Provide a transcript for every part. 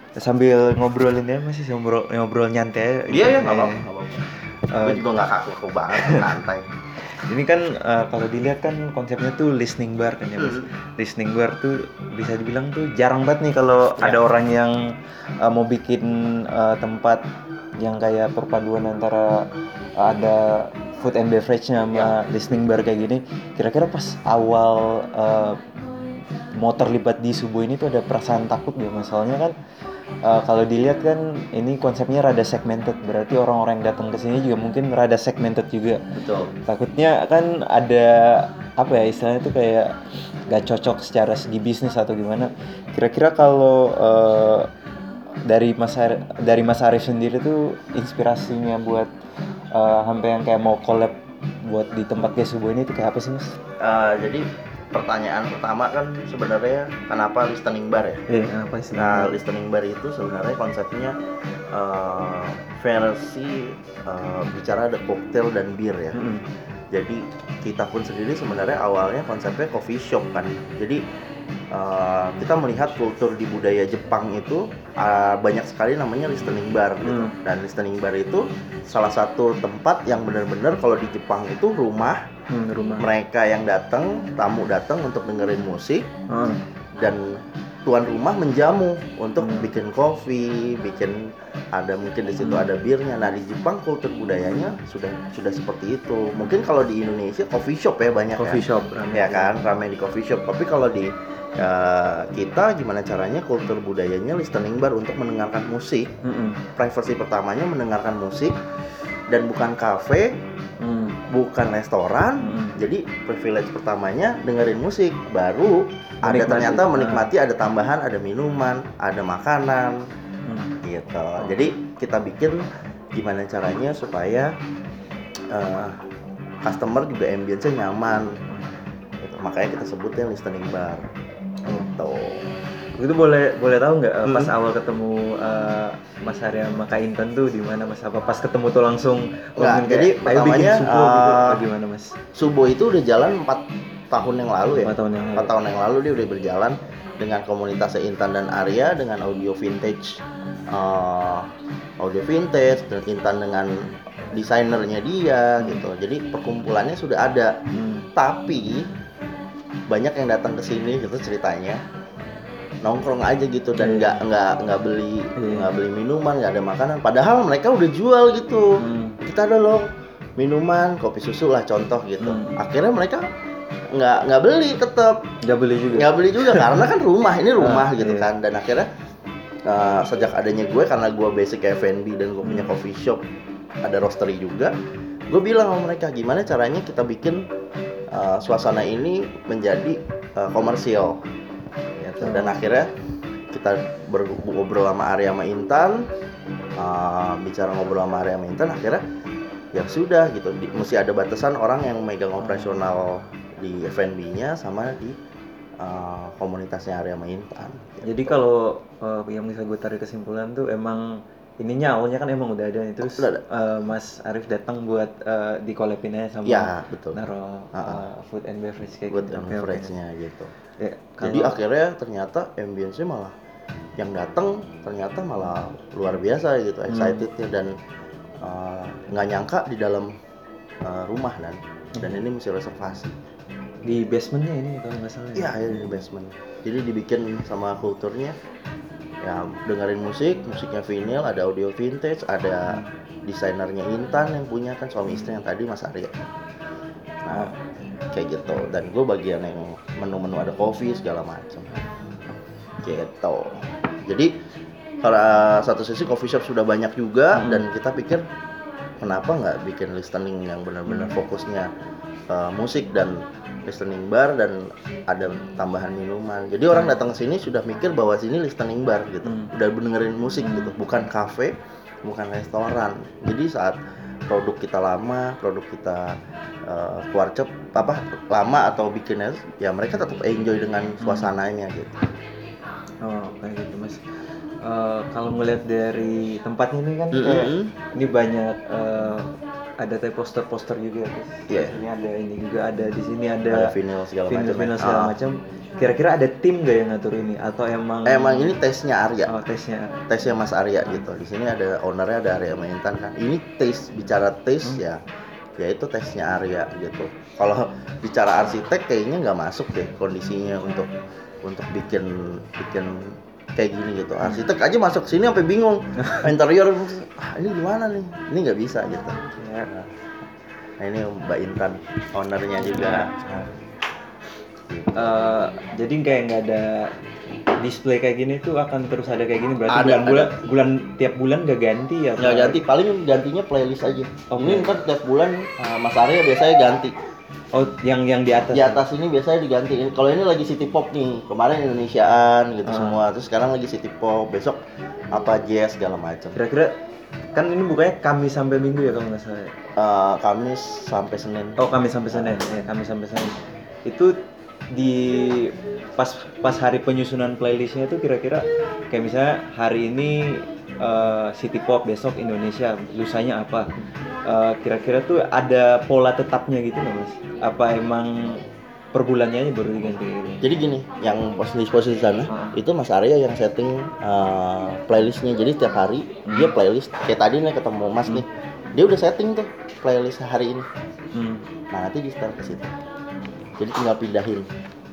Sambil ngobrolin ya masih ngobrol nyantai. Iya, nggak apa-apa. Gue juga nggak kaku banget, santai. Ini kan kalau dilihat kan konsepnya tuh listening bar kan ya mas. Listening bar tuh bisa dibilang tuh jarang banget nih kalau ada orang yang mau bikin tempat yang kayak perpaduan antara ada food and beverage-nya sama listening bar kayak gini. Kira-kira pas awal mau terlibat di Subo ini tuh ada perasaan takut gak? Masalahnya kan kalau dilihat kan ini konsepnya rada segmented, berarti orang-orang yang datang ke sini juga mungkin rada segmented juga. Betul. Takutnya kan ada apa ya istilahnya tuh kayak gak cocok secara segi bisnis atau gimana. Kira-kira kalau dari Mas Arif sendiri tuh inspirasinya buat sampai yang kayak mau collab buat di tempat kayak Subo ini tuh kayak apa sih mas? Jadi pertanyaan pertama kan sebenarnya kenapa listening bar ya? Kenapa sih? Nah, listening bar itu sebenarnya konsepnya versi bicara ada koktail dan bir ya. Jadi kita pun sendiri sebenarnya awalnya konsepnya coffee shop kan. Jadi kita melihat kultur di budaya Jepang itu banyak sekali namanya listening bar gitu. Dan listening bar itu salah satu tempat yang benar-benar kalau di Jepang itu rumah. Mereka yang datang, tamu datang untuk dengerin musik dan tuan rumah menjamu untuk bikin kopi, bikin ada mungkin di situ ada birnya. Nah di Jepang kultur budayanya sudah seperti itu. Mungkin kalau di Indonesia coffee shop ya banyak coffee shop ya kan ramai di coffee shop. Tapi kalau di kita gimana caranya kultur budayanya listening bar untuk mendengarkan musik. Privacy pertamanya mendengarkan musik dan bukan kafe. Bukan restoran, jadi privilege pertamanya dengerin musik, baru ada ternyata menikmati, ada tambahan, ada minuman, ada makanan, gitu. Jadi kita bikin gimana caranya supaya customer juga ambience-nya nyaman, gitu. Makanya kita sebutnya listening bar, gitu. Itu boleh tahu nggak pas awal ketemu Mas Arya sama Kak Intan tuh di mana Mas? Apa pas ketemu tuh langsung nggak? Jadi pertamanya Subo gitu bagaimana Mas? Subo itu udah jalan 4 tahun yang lalu ya. 4 tahun yang lalu dia udah berjalan dengan komunitasnya Intan dan Arya dengan audio vintage dan Intan dengan desainernya dia gitu. Jadi perkumpulannya sudah ada. Tapi banyak yang datang ke sini gitu ceritanya nongkrong aja gitu dan nggak beli minuman, nggak ada makanan, padahal mereka udah jual gitu. Kita ada loh minuman kopi susu lah contoh gitu. Akhirnya mereka nggak beli, tetap nggak beli juga karena kan rumah gitu kan. Dan akhirnya sejak adanya gue, karena gue basic F&B dan gue punya coffee shop, ada roastery juga, gue bilang sama mereka gimana caranya kita bikin suasana ini menjadi komersial. Dan akhirnya kita ngobrol sama Arya sama Intan, akhirnya ya sudah gitu, mesti ada batasan orang yang megang operasional di F&B-nya sama di komunitasnya Arya sama Intan. Jadi kalau yang bisa gue tarik kesimpulan tuh emang ininya awalnya kan emang udah ada itu, Mas Arif datang buat di collab-in aja sama naro food and beverage kayak food and beverage-nya gitu. Ya, jadi akhirnya ternyata ambience-nya malah yang datang ternyata malah luar biasa gitu, excitednya dan nggak nyangka di dalam rumah dan ini mesti reservasi di basementnya ini kalau nggak salah. Iya di basement. Jadi dibikin sama kulturnya ya, dengerin musiknya vinyl, ada audio vintage, ada desainernya Intan yang punya kan suami istri yang tadi Mas Arya. Nah kayak gitu, dan gue bagian yang menu-menu ada kopi segala macam gitu. Jadi pada satu sisi coffee shop sudah banyak juga dan kita pikir kenapa nggak bikin listening yang benar-benar fokusnya musik dan listening bar dan ada tambahan minuman. Jadi orang datang ke sini sudah mikir bahwa sini listening bar gitu, udah dengerin musik gitu, bukan kafe, bukan restoran. Jadi saat produk kita keluar lama atau bikinnya ya mereka tetap enjoy dengan suasananya gitu. Kayak gitu mas. Kalau ngeliat dari tempatnya ini kan kayak ini banyak ada kayak poster-poster juga guys. Iya. Ini ada ini juga ada di sini ada vinyl segala macam. vinyl segala macam. Kira-kira ada tim gak yang ngatur ini atau emang ini tesnya Arya. Oh, tesnya Mas Arya gitu. Di sini ada ownernya, ada Arya Maintan kan. Ini bicara ya itu tesnya Arya gitu. Kalau bicara arsitek kayaknya nggak masuk deh kondisinya untuk bikin kayak gini gitu. Arsitek aja masuk sini sampai bingung. Interior ini gimana nih? Ini nggak bisa gitu. ya. Nah ini Mbak Intan, ownernya juga. Jadi kayak nggak ada display kayak gini tuh akan terus ada kayak gini berarti tiap bulan gak ganti ya? Nggak ganti, paling gantinya playlist aja. Ini kan tiap bulan Mas Arya biasanya ganti. Oh, yang di atas. Di atas ini biasanya diganti. Kalau ini lagi city pop nih, kemarin Indonesiaan gitu semua. Terus sekarang lagi city pop, besok apa jazz segala macam. Kira-kira kan ini bukanya Kamis sampai Minggu ya kalau nggak salah. Kamis sampai Senin. Oh, Kamis sampai Senin. Ya, Kamis sampai Senin. Itu di pas hari penyusunan playlistnya itu kira-kira kayak misalnya hari ini city pop, besok Indonesia, lusanya apa? Kira-kira tuh ada pola tetapnya gitu nggak Mas? Apa emang per bulannya aja baru diganti gitu? Jadi gini, yang posisi sana itu Mas Arya yang setting playlistnya. Jadi tiap hari dia playlist. Kayak tadi nih ketemu Mas nih, dia udah setting tuh playlist hari ini. Nah nanti di setel ke situ. Jadi tinggal pindahin.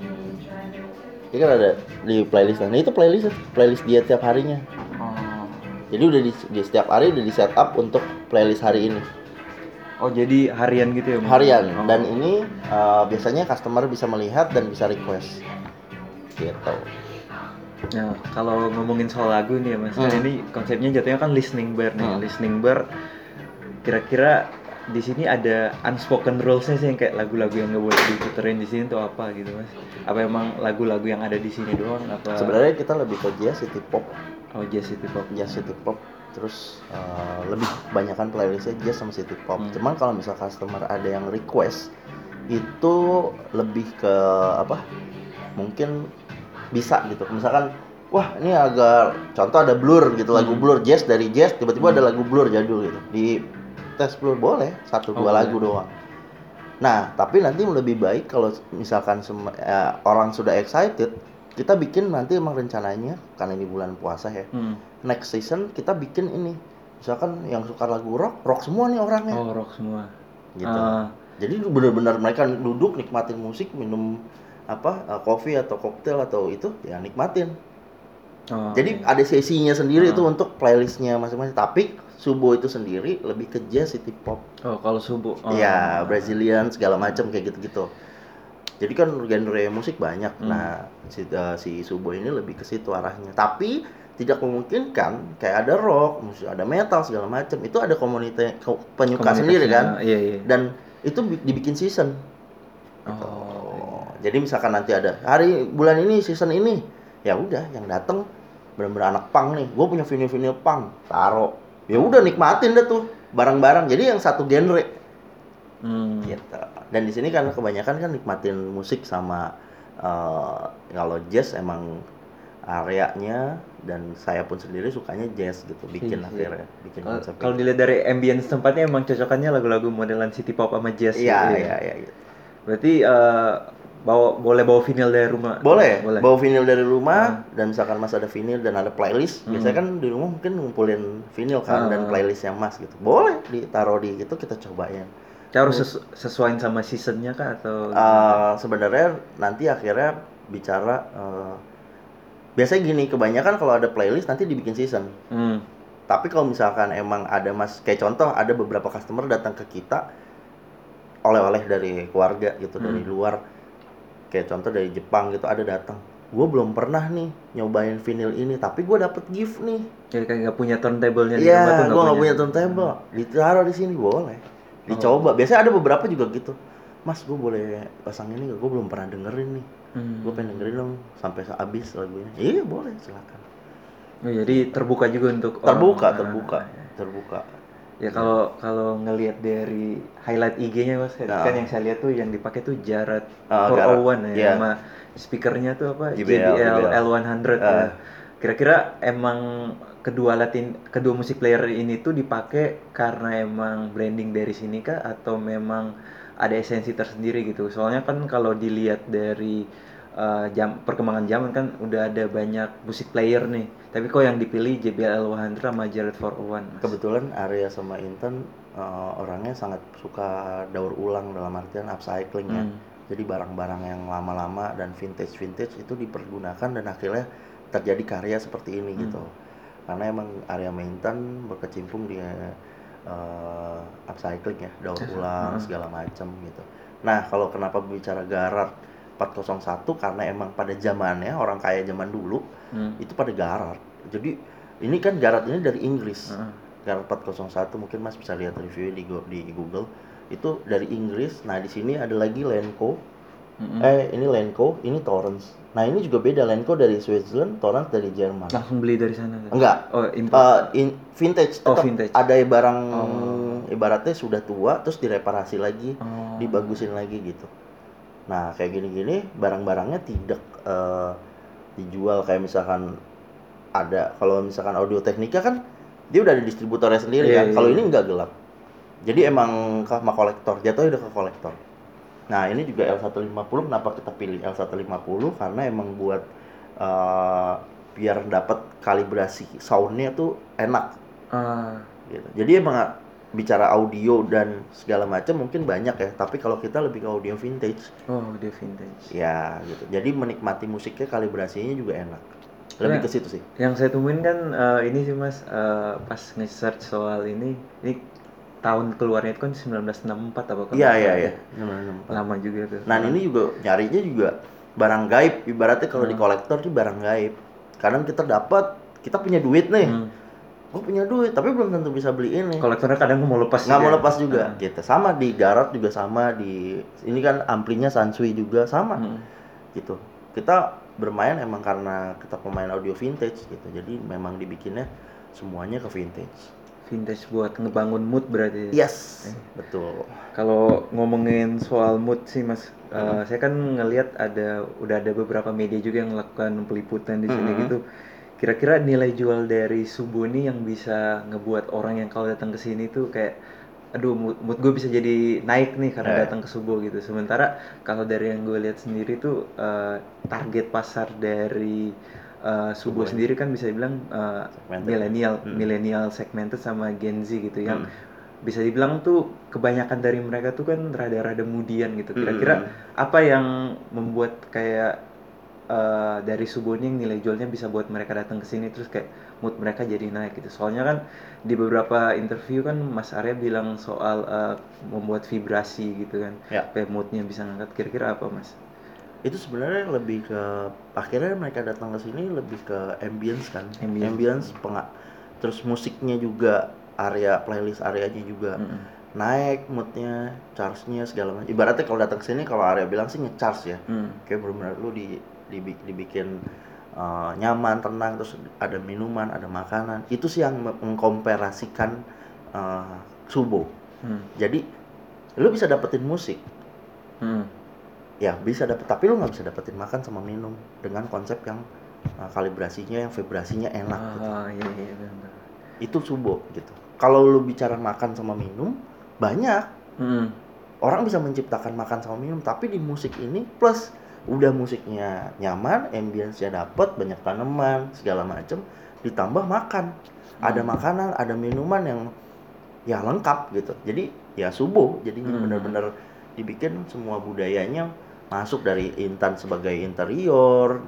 Ini kan ada di playlist. Nah itu playlist dia tiap harinya. Jadi udah di setiap hari udah di setup untuk playlist hari ini. Oh jadi harian gitu ya? Harian. Dan ini biasanya customer bisa melihat dan bisa request. Gitu. Nah kalau ngomongin soal lagu nih ya Mas, ini konsepnya jatuhnya kan listening bar nih. Listening bar kira-kira di sini ada unspoken rules-nya sih yang kayak lagu-lagu yang nggak boleh diputerin di sini tuh apa gitu Mas? Apa emang lagu-lagu yang ada di sini doang? Apa? Sebenarnya kita lebih ke jazz, city pop. Oh jazz city pop. Jazz city pop. Terus lebih kebanyakan playlistnya jazz sama city pop. Cuman kalau misal customer ada yang request itu lebih ke apa? Mungkin bisa gitu. Misalkan wah ini agak contoh ada Blur gitu, lagu Blur jazz dari jazz tiba-tiba ada lagu Blur jadul gitu. Di tes Blur boleh 1-2 lagu doang. Nah, tapi nanti lebih baik kalau misalkan orang sudah excited, kita bikin nanti emang rencananya karena ini bulan puasa ya. Next season kita bikin ini. Misalkan yang suka lagu rock semua nih orangnya. Oh, rock semua. Gitu. Jadi benar-benar mereka duduk nikmatin musik, minum kopi atau koktail atau itu ya nikmatin. Jadi ada sesinya sendiri itu untuk playlistnya masing-masing. Tapi Subo itu sendiri lebih ke jazz city pop. Oh, kalau Subo. Iya, Brazilian segala macam kayak gitu-gitu. Jadi kan genre musik banyak. Nah, si Subo ini lebih ke situ arahnya. Tapi tidak memungkinkan kayak ada rock, ada metal segala macam. Itu ada penyuka sendiri kan. Iya. Dan itu dibikin season. Gitu. Jadi misalkan nanti ada bulan ini season ini, ya udah yang datang benar-benar anak punk nih. Gue punya vinyl punk, taruh. Ya udah nikmatin deh tuh bareng-bareng. Jadi yang satu genre. Gitu. Dan di sini kan kebanyakan kan nikmatin musik sama kalau jazz emang areanya dan saya pun sendiri sukanya jazz gitu. Bikin akhirnya bikin konsep. Kalau dilihat dari ambience tempatnya emang cocokannya lagu-lagu modelan city pop sama jazz. Iya. Berarti boleh bawa vinyl dari rumah? Boleh. Bawa vinyl dari rumah dan misalkan Mas ada vinyl dan ada playlist, biasanya kan di rumah mungkin ngumpulin vinyl kan dan playlistnya Mas gitu. Boleh ditaruh di gitu kita cobain. Harus sesuaiin sama seasonnya kah atau? Sebenarnya nanti akhirnya bicara biasanya gini, kebanyakan kalau ada playlist nanti dibikin season. Tapi kalau misalkan emang ada Mas kayak contoh ada beberapa customer datang ke kita oleh-oleh dari keluarga gitu dari luar. Kayak contoh dari Jepang gitu ada datang, gue belum pernah nih nyobain vinyl ini, tapi gue dapet gift nih. Jadi kayak nggak punya turntable-nya di rumah tuh. Iya, gue nggak punya turntable, ditaruh di sini boleh, dicoba. Biasanya ada beberapa juga gitu, Mas gue boleh pasang ini nggak? Gue belum pernah dengerin nih, gue pengen dengerin dong sampai habis lagunya. Iya boleh, silakan. Oh, jadi terbuka juga untuk terbuka. Ya kalau ngelihat dari highlight IG-nya Mas, kan yang saya lihat tuh yang dipakai tuh Jared 401 ya, sama speakernya tuh apa? JBL L100 ya. Kira-kira emang kedua musik player ini tuh dipakai karena emang branding dari sini kah atau memang ada esensi tersendiri gitu? Soalnya kan kalau dilihat dari perkembangan zaman kan udah ada banyak musik player nih. Tapi kok yang dipilih JBL L100 sama Jared 401, Mas? Kebetulan Arya sama Intan orangnya sangat suka daur ulang dalam artian upcycling ya. Jadi barang-barang yang lama-lama dan vintage itu dipergunakan dan akhirnya terjadi karya seperti ini gitu. Karena emang Arya sama Intan berkecimpung di upcycling ya, daur ulang segala macam gitu. Nah, kalau kenapa bicara Garard 401 karena emang pada zamannya orang kaya zaman dulu itu pada Garard. Jadi ini kan Garard ini dari Inggris. Garard 401 mungkin Mas bisa lihat reviewnya di Google. Itu dari Inggris. Nah, di sini ada lagi Lenco. Ini Lenco, ini Torrance. Nah, ini juga beda. Lenco dari Switzerland, Torrance dari Jerman. Langsung beli dari sana? Enggak. Oh, import. Vintage. Oh, vintage. Ada barang ibaratnya sudah tua terus direparasi lagi, dibagusin lagi gitu. Nah, kayak gini-gini barang-barangnya tidak dijual kayak misalkan ada, kalau misalkan Audio Technica kan dia udah ada distributornya sendiri kan. Kalau ini enggak, gelap. Jadi emang sama kolektor, jatuhnya udah ke kolektor. Nah, ini juga L150. Kenapa kita pilih L150? Karena emang buat biar dapat kalibrasi soundnya tuh enak. Gitu. Jadi emang bicara audio dan segala macam mungkin banyak ya, tapi kalau kita lebih ke audio vintage. Audio vintage. Ya, gitu. Jadi menikmati musiknya kalibrasinya juga enak. Lebih ke situ sih. Yang saya temuin kan ini sih Mas, pas nge-search soal ini tahun keluarnya itu kan 1964 apa kan? Iya. 1964. Lama juga tuh. Nah, ini juga nyarinya juga barang gaib. Ibaratnya kalau di kolektor tuh barang gaib. Kadang kita dapat, kita punya duit nih. Gue punya duit, tapi belum tentu bisa beli ini. Kolektornya kadang mau lepas juga. Nggak mau lepas juga. Gitu. Sama di Garard juga sama. Ini kan amplinya Sansui juga sama. Gitu. Kita bermain emang karena kita pemain audio vintage gitu. Jadi memang dibikinnya semuanya ke vintage. Vintage buat ngebangun mood berarti. Yes, betul. Kalau ngomongin soal mood sih Mas, saya kan ngelihat udah ada beberapa media juga yang melakukan peliputan di sini gitu. Kira-kira nilai jual dari Subo ini yang bisa ngebuat orang yang kalau datang ke sini tuh kayak aduh mood gue bisa jadi naik nih karena datang ke Subo gitu. Sementara kalau dari yang gue lihat sendiri tuh target pasar dari Subo sendiri kan bisa dibilang milenial segmented sama Gen Z gitu yang bisa dibilang tuh kebanyakan dari mereka tuh kan rada-rada mudian gitu. Kira-kira apa yang membuat kayak dari Subo ini nilai jualnya bisa buat mereka datang ke sini terus kayak mood mereka jadi naik gitu. Soalnya kan di beberapa interview kan Mas Arya bilang soal membuat vibrasi gitu kan. Kayak moodnya bisa ngangkat. Kira-kira apa Mas? Itu sebenarnya lebih ke akhirnya mereka datang ke sini lebih ke ambience kan. Ambience terus musiknya juga playlist areanya juga naik moodnya, charge-nya segala macam. Ibaratnya kalau datang ke sini kalau area bilang sih nge-charge ya. Kayak benar-benar lu dibikin nyaman, tenang, terus ada minuman, ada makanan. Itu sih yang mengkomparasikan Subo. Jadi lu bisa dapetin musik. Ya bisa dapet, tapi lu nggak bisa dapetin makan sama minum dengan konsep yang kalibrasinya, yang vibrasinya enak gitu. Iya, benar. Itu Subo gitu. Kalau lu bicara makan sama minum, banyak orang bisa menciptakan makan sama minum, tapi di musik ini plus udah musiknya nyaman, ambience-nya dapet, banyak tanaman segala macem, ditambah makan, ada makanan, ada minuman yang ya lengkap gitu. Jadi ya Subo, jadinya benar-benar dibikin semua budayanya masuk dari Intan sebagai interior,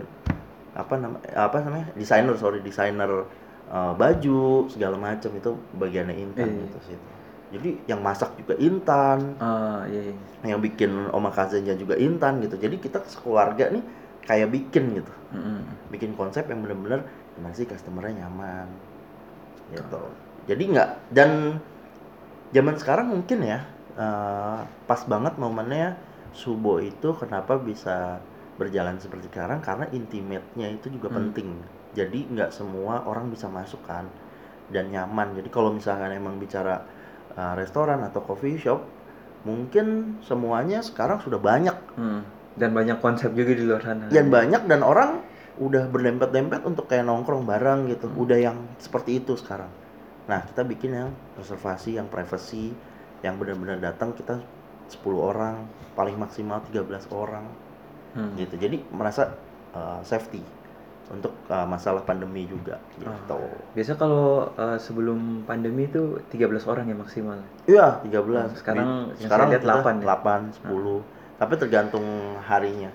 desainer baju segala macam itu bagiannya Intan gitu sih. Jadi yang masak juga Intan, yang bikin omakase-nya juga Intan gitu. Jadi kita sekeluarga nih kayak bikin gitu, bikin konsep yang benar-benar gimana sih customer-nya nyaman gitu. Jadi nggak, dan zaman sekarang mungkin ya pas banget momennya Subo itu kenapa bisa berjalan seperti sekarang, karena intimate-nya itu juga penting. Jadi nggak semua orang bisa masuk kan dan nyaman. Jadi kalau misalkan emang bicara restoran atau coffee shop, mungkin semuanya sekarang sudah banyak dan banyak konsep juga di luar sana. Dan banyak, dan orang udah berdempet-dempet untuk kayak nongkrong bareng gitu. Udah yang seperti itu sekarang. Nah, kita bikin yang reservasi, yang privacy, yang benar-benar datang kita 10 orang, paling maksimal 13 orang. Gitu. Jadi merasa safety untuk masalah pandemi juga gitu. Biasa kalau sebelum pandemi itu 13 orang ya maksimal. Iya, 13. Sekarang Sekarang lihat 8 ya. 8, 10. Tapi tergantung harinya.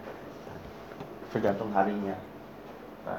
Nah,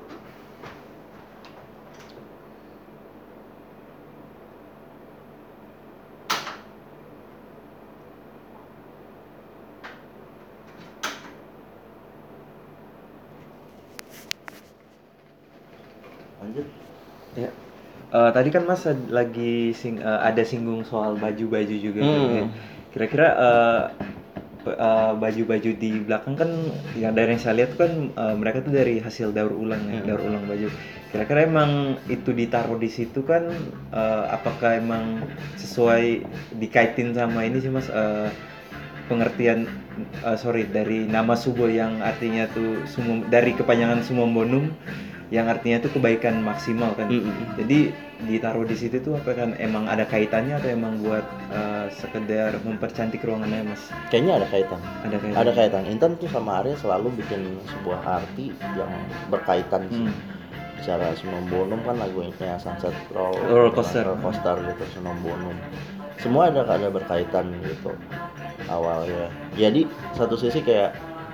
lanjut. Ya. Tadi kan Mas lagi ada singgung soal baju-baju juga kan ya. Kira-kira baju-baju di belakang kan yang dari yang saya lihat kan mereka tuh dari hasil daur ulang ya, daur ulang baju. Kira-kira emang itu ditaruh di situ kan apakah emang sesuai dikaitin sama ini sih Mas pengertian dari nama Subo yang artinya tuh dari kepanjangan Sumom Bonum yang artinya itu kebaikan maksimal kan. Jadi ditaruh di situ tuh apa kan emang ada kaitannya atau emang buat sekedar mempercantik ruangannya Mas? Kayaknya ada kaitan. Ada kaitan. Intan tuh sama Arya selalu bikin sebuah arti yang berkaitan sih. Bicara Sumom Bonum kan lagunya Sunset Roller Coaster gitu, Sumom Bonum. Semua ada berkaitan gitu awalnya. Jadi satu sisi kayak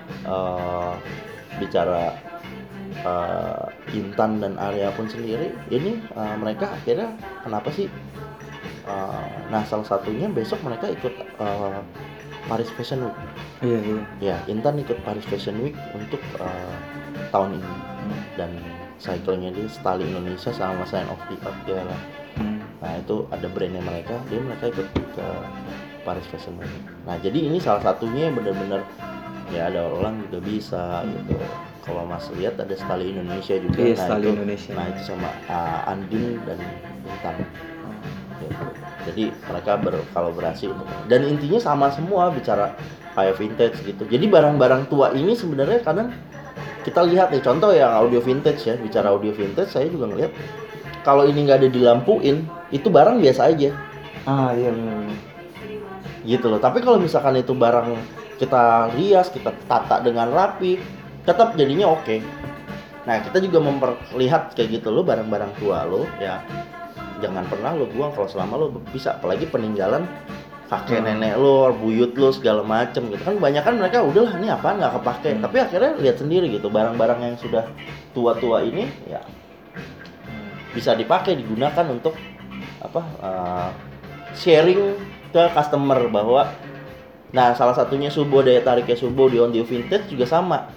bicara Intan dan Arya pun sendiri ini mereka akhirnya kenapa sih nah salah satunya besok mereka ikut Paris Fashion Week. Iya. Ya, Intan ikut Paris Fashion Week untuk tahun ini dan cycle-nya di Style Indonesia sama Sign of the Earth ya lah. Nah itu ada brandnya mereka ikut ke Paris Fashion Week. Nah jadi ini salah satunya yang benar-benar ya ada orang juga bisa gitu. Kalau Mas lihat ada Style Indonesia juga. Indonesia. Nah itu sama Andin dan Intan. Gitu. Jadi mereka berkolaborasi dan intinya sama semua bicara kayak vintage gitu. Jadi barang-barang tua ini sebenarnya kadang kita lihat nih contoh yang audio vintage ya. Bicara audio vintage saya juga ngelihat kalau ini nggak ada dilampuin itu barang biasa aja. Iya. Gitu loh. Tapi kalau misalkan itu barang kita rias, kita tata dengan rapi, tetap jadinya oke. Nah kita juga memperlihat kayak gitu lo barang-barang tua lo ya jangan pernah lo buang kalau selama lo bisa, apalagi peninggalan kakek nenek lo, buyut lo segala macem gitu kan. Banyak kan mereka udahlah ini apaan nggak kepake, tapi akhirnya lihat sendiri gitu barang-barang yang sudah tua-tua ini ya bisa dipakai, digunakan untuk sharing ke customer bahwa nah salah satunya Subo, daya tariknya Subo di audio vintage juga sama.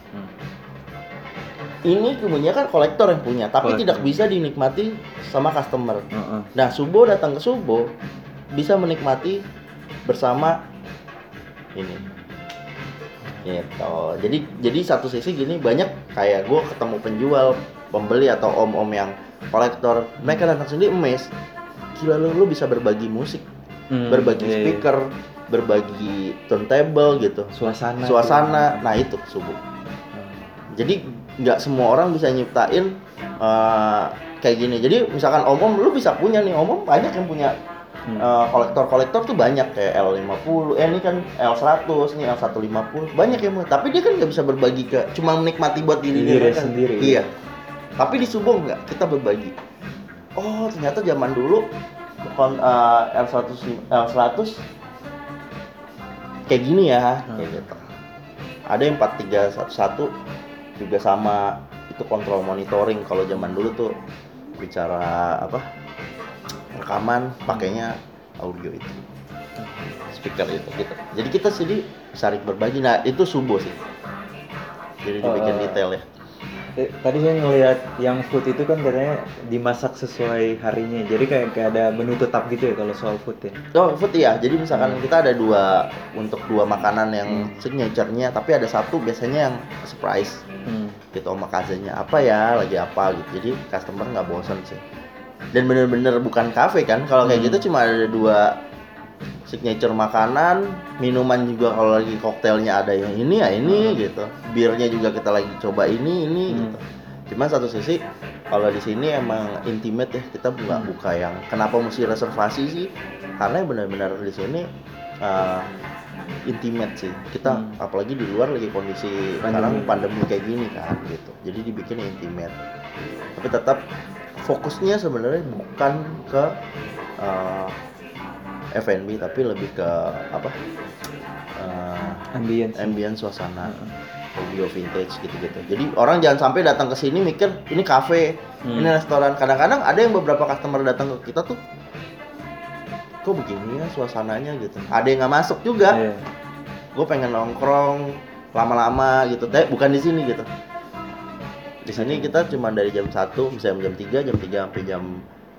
Ini kebanyakan kolektor yang punya, tapi tidak bisa dinikmati sama customer. Nah, Subo datang ke Subo bisa menikmati bersama ini. Gitu. Jadi satu sisi gini banyak kayak gue ketemu penjual, pembeli atau om-om yang kolektor, mereka datang sini emes. Gila lu bisa berbagi musik, berbagi speaker, berbagi turntable gitu. Suasana. Nah, itu Subo. Jadi nggak semua orang bisa nyiptain kayak gini. Jadi misalkan om-om lu bisa punya nih, om-om banyak yang punya kolektor tuh banyak kayak L50, ini kan L100, nih L150, banyak yang punya. Tapi dia kan nggak bisa berbagi cuma menikmati buat diri mereka sendiri. Iya. Tapi di Subo nggak, kita berbagi. Oh ternyata zaman dulu L100 kayak gini ya, kayak gitu. Ada yang 4311 juga sama, itu kontrol monitoring. Kalau zaman dulu tuh bicara rekaman pakainya audio itu, speaker itu gitu. Jadi kita sendiri saling berbagi. Nah itu Subo sih, jadi dibikin detail ya. Tadi saya ngelihat yang food itu kan katanya dimasak sesuai harinya, jadi kayak ada menu tetap gitu ya kalau soal food ya. Food ya, jadi misalkan kita ada untuk dua makanan yang signature-nya, tapi ada satu biasanya yang surprise gitu, omakasenya apa ya, lagi apa gitu, jadi customer nggak bosan sih. Dan bener-bener bukan kafe kan, kalau kayak gitu cuma ada signature makanan, minuman juga kalau lagi koktailnya ada yang ini ya ini gitu. Birnya juga kita lagi coba ini gitu. Cuma satu sisi kalau di sini emang intimate ya, kita nggak buka yang kenapa mesti reservasi sih? Karena benar-benar di sini intimate sih. Kita apalagi di luar lagi kondisi sekarang pandemi kayak gini kan gitu. Jadi dibikin intimate. Tapi tetap fokusnya sebenarnya bukan ke F&B tapi lebih ke apa? Ambience suasana. Audio vintage gitu-gitu. Jadi orang jangan sampai datang ke sini mikir ini kafe, ini restoran. Kadang-kadang ada yang beberapa customer datang ke kita tuh kok begini ya suasananya gitu. Ada yang nggak masuk juga. Gue pengen nongkrong lama-lama gitu. Tapi bukan di sini gitu. Di sini kita cuma dari jam 1 misalnya jam 3 sampai jam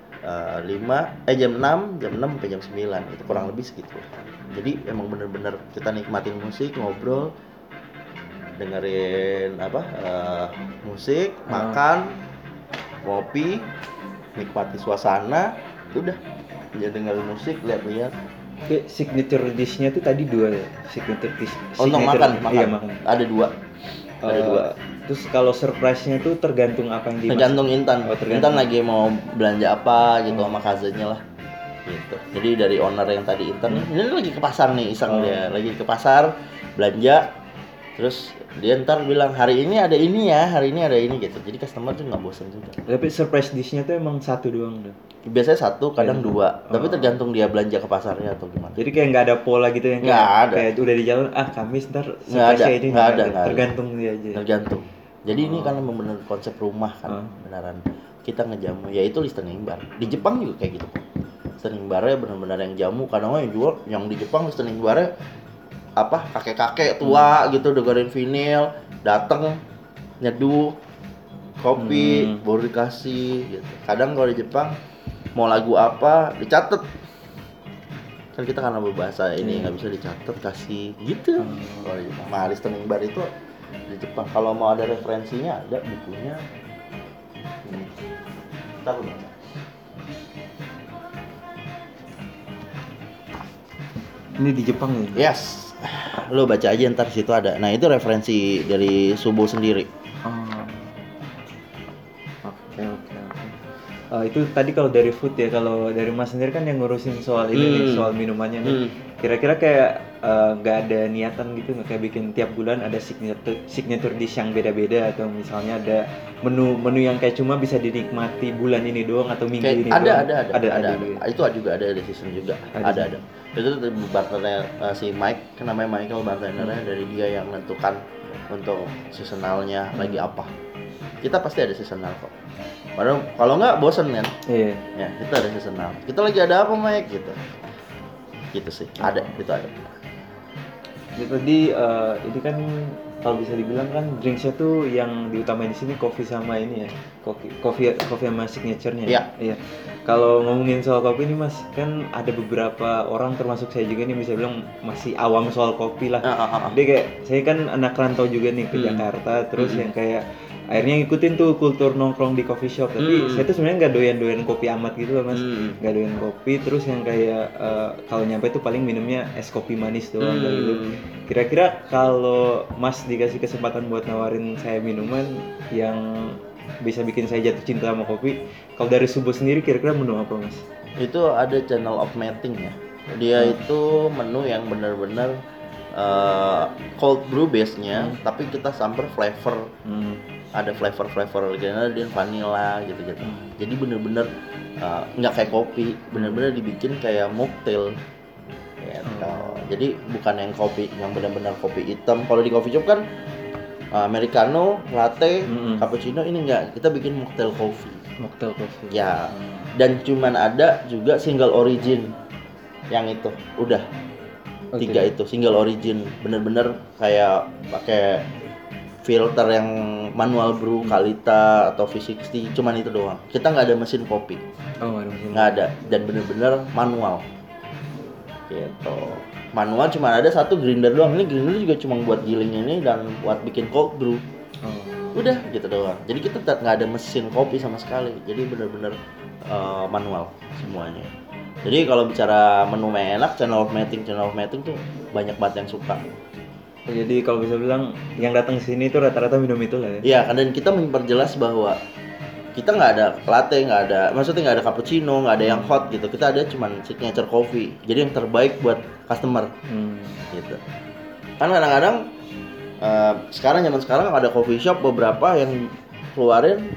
6 sampai jam 9 itu kurang lebih segitu. Jadi emang bener-bener kita nikmatin musik, ngobrol, dengerin musik, makan, ngopi, nikmati suasana, udah. Ya dengerin musik, lihat-lihat. Oke, signature dish-nya tuh tadi 2 ya. Signature dish. Untuk makan. Iya, makan. Ada 2. Terus kalau surprise-nya tuh tergantung apa yang dimasak. Tergantung Intan. Tergantung. Intan lagi mau belanja apa gitu sama cousin-nya lah. Gitu. Jadi dari owner yang tadi Intan ini lagi ke pasar nih, iseng dia. Lagi ke pasar belanja. Terus dia ntar bilang hari ini ada ini ya, hari ini ada ini gitu. Jadi customer tuh nggak bosan juga. Tapi surprise dish-nya tuh emang 1 doang tuh. Biasanya 1, kadang 2. Tapi tergantung dia belanja ke pasarnya atau gimana. Jadi kayak nggak ada pola gitu yang kayak udah di jalan Kamis ntar surprise ini nggak ada. Tergantung dia aja. Tergantung. Jadi ini kan benar konsep rumah kan, beneran kita ngejamu. Ya itu listening bar. Di Jepang juga kayak gitu. Listening barnya benar-benar yang jamu. Kadang-kadang yang jual yang di Jepang listening barnya kakek-kakek tua gitu dengerin vinil, dateng nyeduh kopi, baru dikasih gitu. Kadang kalau di Jepang mau lagu apa dicatat. Kan kita karena berbahasa ini nggak bisa dicatat, kasih gitu. Kalau di Jepang, listening bar itu di Jepang. Kalau mau ada referensinya ada bukunya. Ntar lu baca. Ini di Jepang ya? Yes. Lo baca aja ntar situ ada. Nah itu referensi dari Subo sendiri. Oke. Itu tadi kalau dari food ya, kalau dari Mas sendiri kan yang ngurusin soal ini nih, soal minumannya nih. Kira-kira kayak nggak ada niatan gitu nggak kayak bikin tiap bulan ada signature dish yang beda-beda atau misalnya ada menu yang kayak cuma bisa dinikmati bulan ini doang atau minggu ini doang. Ada. Itu juga ada season juga. Ada. Itu barternya si Mike, kan namanya Michael, barternya dari dia yang menentukan untuk seasonalnya lagi apa. Kita pasti ada seasonal kok. Padahal kalau nggak bosen kan? Iya. Ya kita ada seasonal. Kita lagi ada apa Mike gitu. Gitu sih. Ada. Ya, tadi ini kan kalau bisa dibilang kan drinksnya tuh yang diutamain di sini kopi sama ini ya, kopi sama signaturenya. Iya. Kalau ngomongin soal kopi nih Mas, kan ada beberapa orang termasuk saya juga nih bisa bilang masih awam soal kopi lah. Dia kayak saya kan anak rantau juga nih ke Jakarta, terus yang kayak akhirnya ngikutin tuh kultur nongkrong di coffee shop. Tapi saya tuh sebenarnya nggak doyan kopi amat gitu loh Mas, nggak doyan kopi. Terus yang kayak kalau nyampe tuh paling minumnya es kopi manis doang gitu. Kira-kira kalau Mas dikasih kesempatan buat nawarin saya minuman yang bisa bikin saya jatuh cinta sama kopi, kalau dari Subo sendiri kira-kira menu apa Mas? Itu ada channel of mating ya. Dia itu menu yang benar-benar cold brew base-nya, tapi kita samper flavor. Ada flavor granadine, vanilla gitu-gitu. Jadi bener-bener nggak kayak kopi, bener-bener dibikin kayak mocktail. Gitu. Jadi bukan yang kopi, yang benar-benar kopi hitam. Kalau di coffee shop kan americano, latte, cappuccino, ini enggak. Kita bikin mocktail coffee. Ya. Dan cuman ada juga single origin yang itu. Udah. 3 itu single origin, bener-bener kayak pakai filter yang manual brew, Kalita atau V60, cuman itu doang. Kita nggak ada mesin kopi. Nggak ada, dan bener-bener manual. Gitu. Manual cuma ada satu grinder doang. Ini grinder juga cuma buat giling ini dan buat bikin cold brew. Udah gitu doang. Jadi kita nggak ada mesin kopi sama sekali. Jadi bener-bener manual semuanya. Jadi kalau bicara menu enak, channel of meeting tuh banyak banget yang suka. Jadi kalau bisa bilang yang datang ke sini itu rata-rata minum itu lah ya. Iya, kan dan kita memperjelas bahwa kita nggak ada latte, maksudnya nggak ada cappuccino, nggak ada yang hot gitu. Kita ada cuman signature coffee. Jadi yang terbaik buat customer. Gitu. Kan kadang-kadang zaman sekarang ada coffee shop beberapa yang keluarin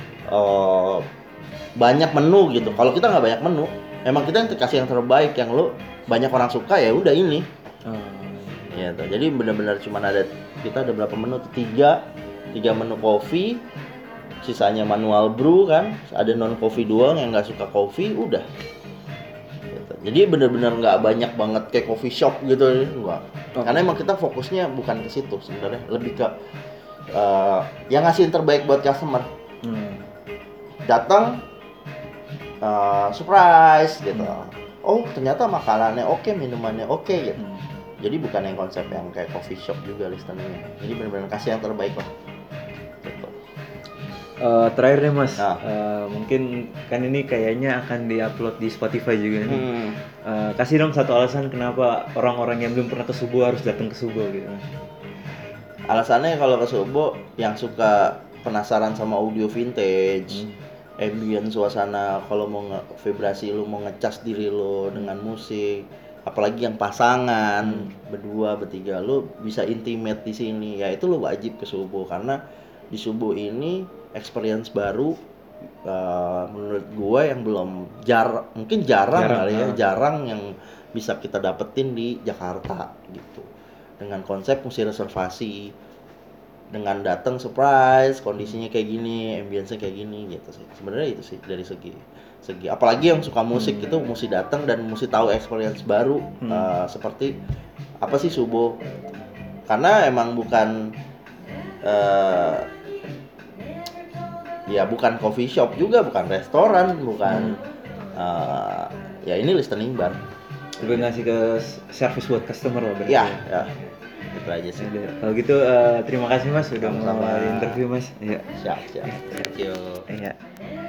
banyak menu gitu. Kalau kita nggak banyak menu, emang kita yang kasih yang terbaik, yang lo banyak orang suka ya udah ini. Gitu. Jadi benar-benar cuman kita ada berapa menu tuh? Tiga menu kopi, sisanya manual brew kan, ada non coffee doang yang nggak suka kopi udah. Gitu. Jadi benar-benar nggak banyak banget kayak coffee shop gitu, enggak. Karena emang kita fokusnya bukan ke situ sebenarnya, lebih ke yang ngasih yang terbaik buat customer. Datang surprise gitu. Oh ternyata makanannya oke, minumannya oke gitu. Jadi bukan yang konsep yang kayak coffee shop juga listeningnya. Jadi benar-benar kasih yang terbaik lah. Gitu. Terakhir deh mas, mungkin kan ini kayaknya akan diupload di Spotify juga nih. Kasih dong satu alasan kenapa orang-orang yang belum pernah ke Subo harus datang ke Subo gitu. Alasannya kalau ke Subo yang suka penasaran sama audio vintage, ambient suasana, kalau mau vibrasi lu mau ngecas diri lo dengan musik, apalagi yang pasangan berdua bertiga lu bisa intimate di sini, ya itu lu wajib ke Subo karena di Subo ini experience baru menurut gua yang belum mungkin jarang yang bisa kita dapetin di Jakarta gitu. Dengan konsep mesti reservasi, dengan datang surprise, kondisinya kayak gini, ambience-nya kayak gini gitu sih. Sebenarnya itu sih dari segi apalagi yang suka musik itu mesti datang dan mesti tahu experience baru seperti apa sih Subo. Karena emang bukan bukan coffee shop juga, bukan restoran, bukan ya ini listening bar. Lebih ngasih ke service buat customer lah berarti. Ya. Itu aja sih. Kalau gitu terima kasih mas sudah mau interview mas. Iya. Siap. Thank you. Iya.